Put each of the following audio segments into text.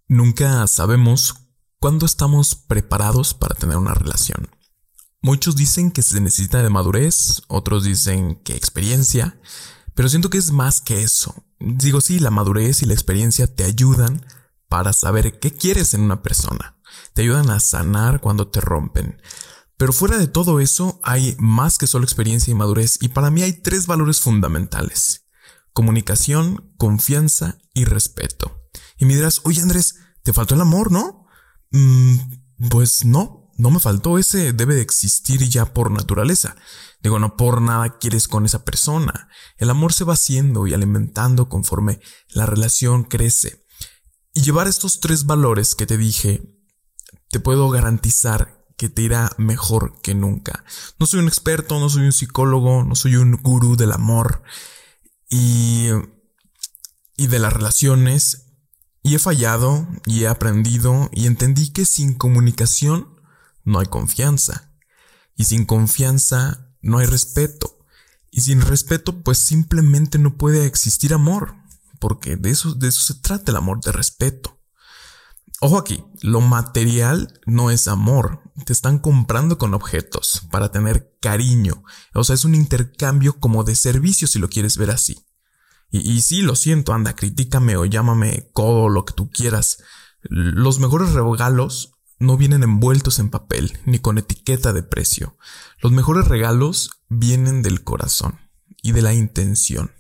Nunca sabemos cuándo estamos preparados para tener una relación. Muchos dicen que se necesita de madurez, otros dicen que experiencia, pero siento que es más que eso. Digo, sí, la madurez y la experiencia te ayudan para saber qué quieres en una persona. Te ayudan a sanar cuando te rompen. Pero fuera de todo eso, hay más que solo experiencia y madurez, y para mí hay 3 valores fundamentales: comunicación, confianza y respeto. Y me dirás, oye Andrés, te faltó el amor, ¿no? Pues no me faltó. Ese debe de existir ya por naturaleza. Digo, no por nada quieres con esa persona. El amor se va haciendo y alimentando conforme la relación crece. Y llevar estos 3 valores que te dije, te puedo garantizar que te irá mejor que nunca. No soy un experto, no soy un psicólogo, no soy un gurú del amor y de las relaciones. Y he fallado y he aprendido y entendí que sin comunicación no hay confianza. Y sin confianza no hay respeto. Y sin respeto pues simplemente no puede existir amor. Porque de eso se trata el amor, de respeto. Ojo aquí, lo material no es amor. Te están comprando con objetos para tener cariño. O sea, es un intercambio como de servicios si lo quieres ver así. Y sí, lo siento, anda, critícame o llámame codo, lo que tú quieras. Los mejores regalos no vienen envueltos en papel, ni con etiqueta de precio. Los mejores regalos vienen del corazón y de la intención.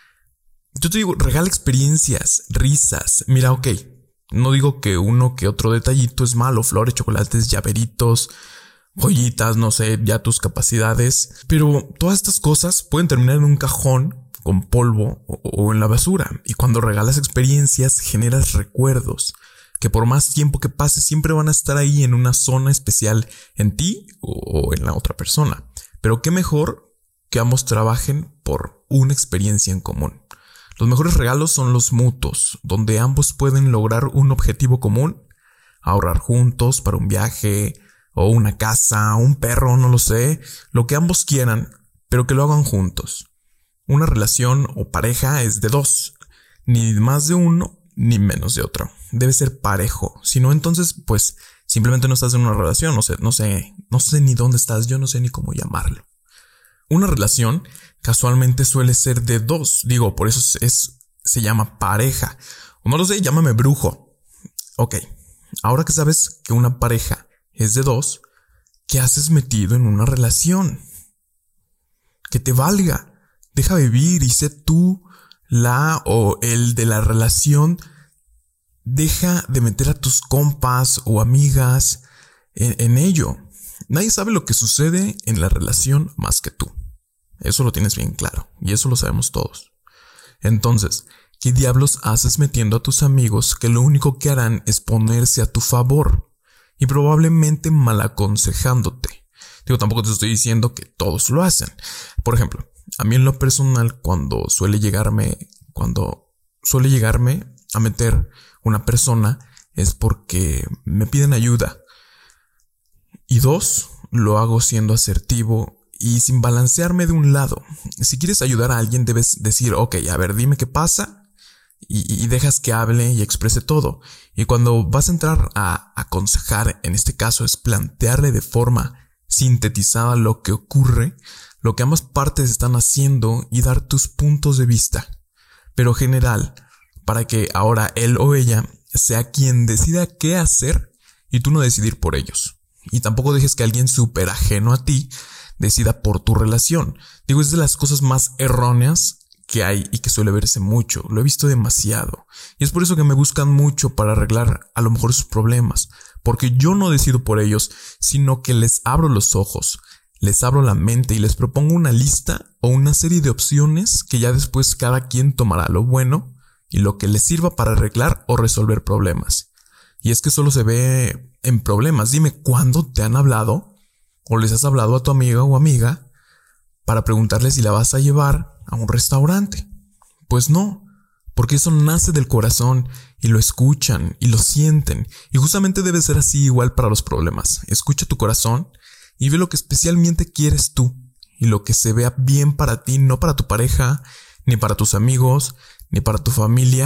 Yo te digo, regala experiencias, risas. Mira, ok, no digo que uno que otro detallito es malo, flores, chocolates, llaveritos, joyitas, no sé, ya tus capacidades. Pero todas estas cosas pueden terminar en un cajón con polvo o en la basura. Y cuando regalas experiencias, generas recuerdos que por más tiempo que pase siempre van a estar ahí en una zona especial en ti o en la otra persona. Pero qué mejor que ambos trabajen por una experiencia en común. Los mejores regalos son los mutuos, donde ambos pueden lograr un objetivo común, ahorrar juntos para un viaje o una casa, un perro, no lo sé, lo que ambos quieran, pero que lo hagan juntos. Una relación o pareja es de 2, ni más de uno ni menos de otro. Debe ser parejo, si no entonces pues simplemente no estás en una relación, no sé ni dónde estás, yo no sé ni cómo llamarlo. Una relación casualmente suele ser de 2, digo, por eso se llama pareja. O no lo sé, llámame brujo. Ok, ahora que sabes que una pareja es de 2, ¿qué haces metido en una relación? Que te valga. Deja vivir y sé tú la o el de la relación. Deja de meter a tus compas o amigas en ello. Nadie sabe lo que sucede en la relación más que tú. Eso lo tienes bien claro y eso lo sabemos todos. Entonces, ¿qué diablos haces metiendo a tus amigos que lo único que harán es ponerse a tu favor y probablemente mal aconsejándote? Digo, tampoco te estoy diciendo que todos lo hacen. Por ejemplo, a mí en lo personal, cuando suele llegarme a meter una persona es porque me piden ayuda. Y 2, lo hago siendo asertivo y sin balancearme de un lado. Si quieres ayudar a alguien debes decir, ok, a ver, dime qué pasa y dejas que hable y exprese todo. Y cuando vas a entrar a aconsejar, en este caso es plantearle de forma sintetizada lo que ocurre, lo que ambas partes están haciendo y dar tus puntos de vista, pero general, para que ahora él o ella sea quien decida qué hacer y tú no decidir por ellos. Y tampoco dejes que alguien súper ajeno a ti decida por tu relación. Digo, es de las cosas más erróneas que hay y que suele verse mucho. Lo he visto demasiado. Y es por eso que me buscan mucho para arreglar a lo mejor sus problemas. Porque yo no decido por ellos, sino que les abro los ojos, les abro la mente y les propongo una lista o una serie de opciones que ya después cada quien tomará lo bueno y lo que les sirva para arreglar o resolver problemas. Y es que solo se ve en problemas. Dime cuándo te han hablado o les has hablado a tu amiga o amiga para preguntarle si la vas a llevar a un restaurante. Pues no, porque eso nace del corazón y lo escuchan y lo sienten. Y justamente debe ser así igual para los problemas. Escucha tu corazón y ve lo que especialmente quieres tú y lo que se vea bien para ti, no para tu pareja, ni para tus amigos, ni para tu familia,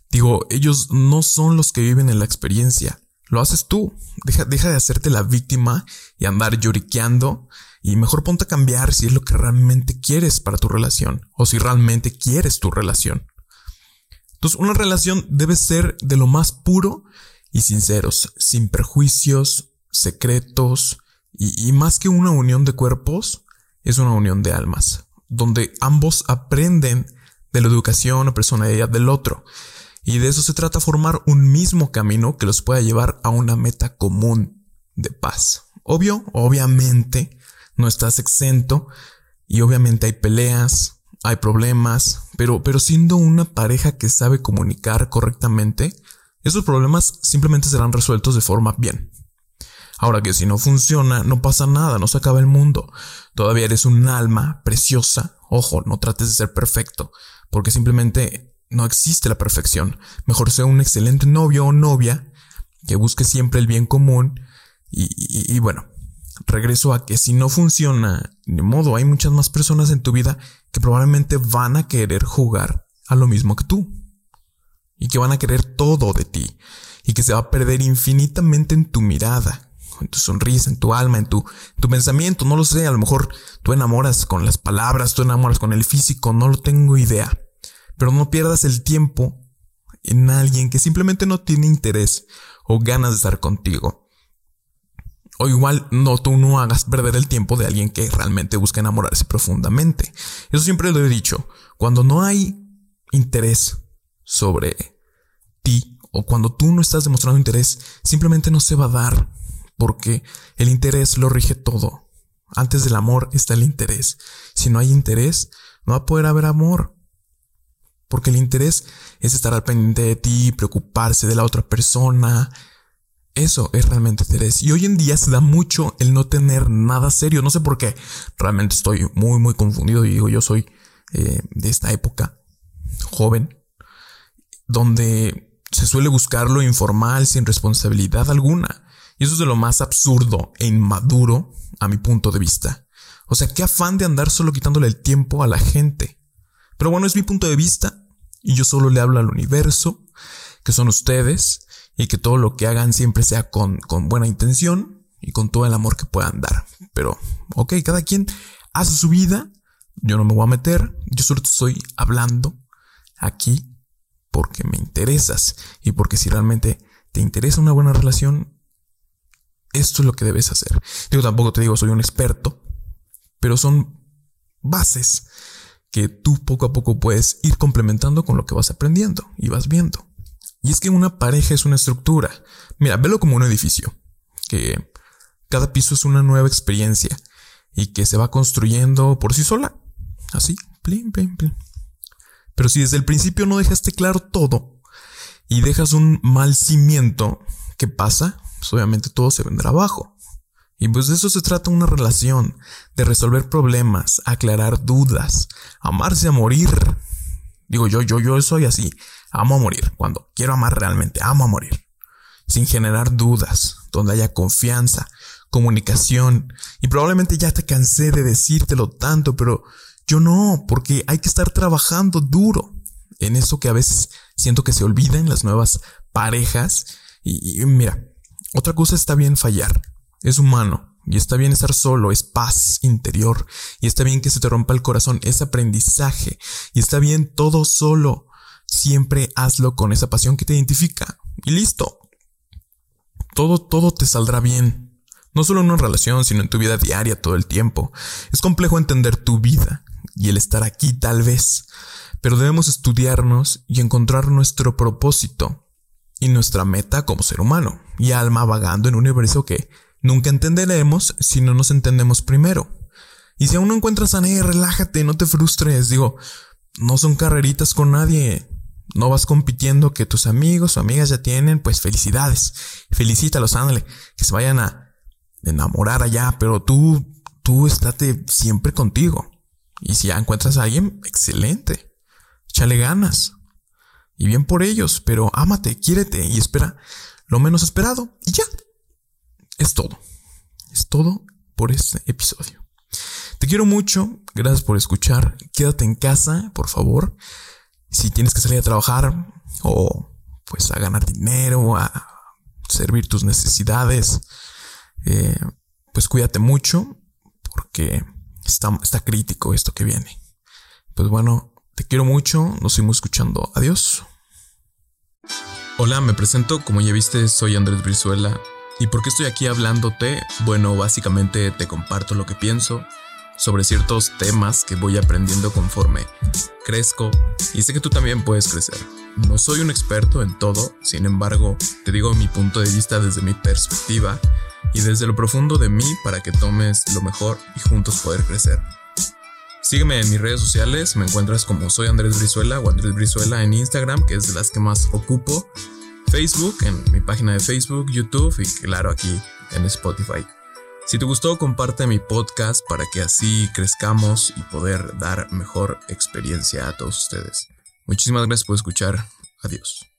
Digo, ellos no son los que viven en la experiencia. Lo haces tú. Deja de hacerte la víctima y andar lloriqueando. Y mejor ponte a cambiar si es lo que realmente quieres para tu relación. O si realmente quieres tu relación. Entonces, una relación debe ser de lo más puro y sinceros. Sin prejuicios, secretos. Y más que una unión de cuerpos, es una unión de almas. Donde ambos aprenden de la educación o personalidad del otro. Y de eso se trata, formar un mismo camino que los pueda llevar a una meta común de paz. Obviamente no estás exento y obviamente hay peleas, hay problemas, pero siendo una pareja que sabe comunicar correctamente, esos problemas simplemente serán resueltos de forma bien. Ahora que si no funciona, no pasa nada, no se acaba el mundo. Todavía eres un alma preciosa. Ojo, no trates de ser perfecto, porque simplemente no existe la perfección. Mejor sea un excelente novio o novia que busque siempre el bien común. Y bueno, regreso a que si no funciona, ni modo, hay muchas más personas en tu vida que probablemente van a querer jugar a lo mismo que tú. Y que van a querer todo de ti. Y que se va a perder infinitamente en tu mirada, en tu sonrisa, en tu alma, en tu pensamiento. No lo sé, a lo mejor tú enamoras con las palabras, tú enamoras con el físico, no lo tengo idea. Pero no pierdas el tiempo en alguien que simplemente no tiene interés o ganas de estar contigo. O igual tú no hagas perder el tiempo de alguien que realmente busca enamorarse profundamente. Eso siempre lo he dicho. Cuando no hay interés sobre ti o cuando tú no estás demostrando interés, simplemente no se va a dar. Porque el interés lo rige todo. Antes del amor está el interés. Si no hay interés, no va a poder haber amor. Porque el interés es estar al pendiente de ti, preocuparse de la otra persona. Eso es realmente interés. Y hoy en día se da mucho el no tener nada serio. No sé por qué. Realmente estoy muy confundido. Y digo, yo soy de esta época joven, donde se suele buscar lo informal sin responsabilidad alguna. Y eso es de lo más absurdo e inmaduro a mi punto de vista. O sea, qué afán de andar solo quitándole el tiempo a la gente. Pero bueno, es mi punto de vista y yo solo le hablo al universo, que son ustedes, y que todo lo que hagan siempre sea con buena intención y con todo el amor que puedan dar. Pero, ok, cada quien hace su vida, yo no me voy a meter, yo solo te estoy hablando aquí porque me interesas y porque si realmente te interesa una buena relación, esto es lo que debes hacer. Yo tampoco te digo soy un experto, pero son bases que tú poco a poco puedes ir complementando con lo que vas aprendiendo y vas viendo. Y es que una pareja es una estructura. Mira, velo como un edificio, que cada piso es una nueva experiencia y que se va construyendo por sí sola. Así, plin. Pero si desde el principio no dejaste claro todo y dejas un mal cimiento, ¿qué pasa? Pues obviamente todo se vendrá abajo. Y pues de eso se trata una relación, de resolver problemas, aclarar dudas, amarse a morir. Digo, yo soy así, amo a morir, cuando quiero amar realmente, amo a morir. Sin generar dudas, donde haya confianza, comunicación. Y probablemente ya te cansé de decírtelo tanto, pero yo no, porque hay que estar trabajando duro en eso que a veces siento que se olvida en las nuevas parejas. Y mira, otra cosa está bien fallar. Es humano y está bien estar solo, es paz interior y está bien que se te rompa el corazón, es aprendizaje y está bien todo solo. Siempre hazlo con esa pasión que te identifica y listo. Todo te saldrá bien. No solo en una relación, sino en tu vida diaria todo el tiempo. Es complejo entender tu vida y el estar aquí tal vez, pero debemos estudiarnos y encontrar nuestro propósito y nuestra meta como ser humano y alma vagando en un universo que nunca entenderemos si no nos entendemos primero. Y si aún no encuentras a nadie, relájate, no te frustres. Digo, no son carreritas con nadie. No vas compitiendo que tus amigos o amigas ya tienen, pues felicidades. Felicítalos, ándale, que se vayan a enamorar allá, pero tú estate siempre contigo. Y si ya encuentras a alguien, excelente. Échale ganas. Y bien por ellos, pero ámate, quiérete y espera lo menos esperado. Y ya. Es todo por este episodio. Te quiero mucho, gracias por escuchar. Quédate en casa, por favor. Si tienes que salir a trabajar, o pues a ganar dinero, a servir tus necesidades, pues cuídate mucho porque está crítico esto que viene. Pues bueno, te quiero mucho, nos seguimos escuchando. Adiós. Hola, me presento, como ya viste, soy Andrés Brizuela. ¿Y por qué estoy aquí hablándote? Bueno, básicamente te comparto lo que pienso sobre ciertos temas que voy aprendiendo conforme crezco, y sé que tú también puedes crecer. No soy un experto en todo, sin embargo, te digo mi punto de vista desde mi perspectiva y desde lo profundo de mí para que tomes lo mejor y juntos poder crecer. Sígueme en mis redes sociales, me encuentras como soy Andrés Brizuela o Andrés Brizuela en Instagram, que es de las que más ocupo, Facebook, en mi página de Facebook, YouTube y claro aquí en Spotify. Si te gustó, comparte mi podcast para que así crezcamos y poder dar mejor experiencia a todos ustedes. Muchísimas gracias por escuchar. Adiós.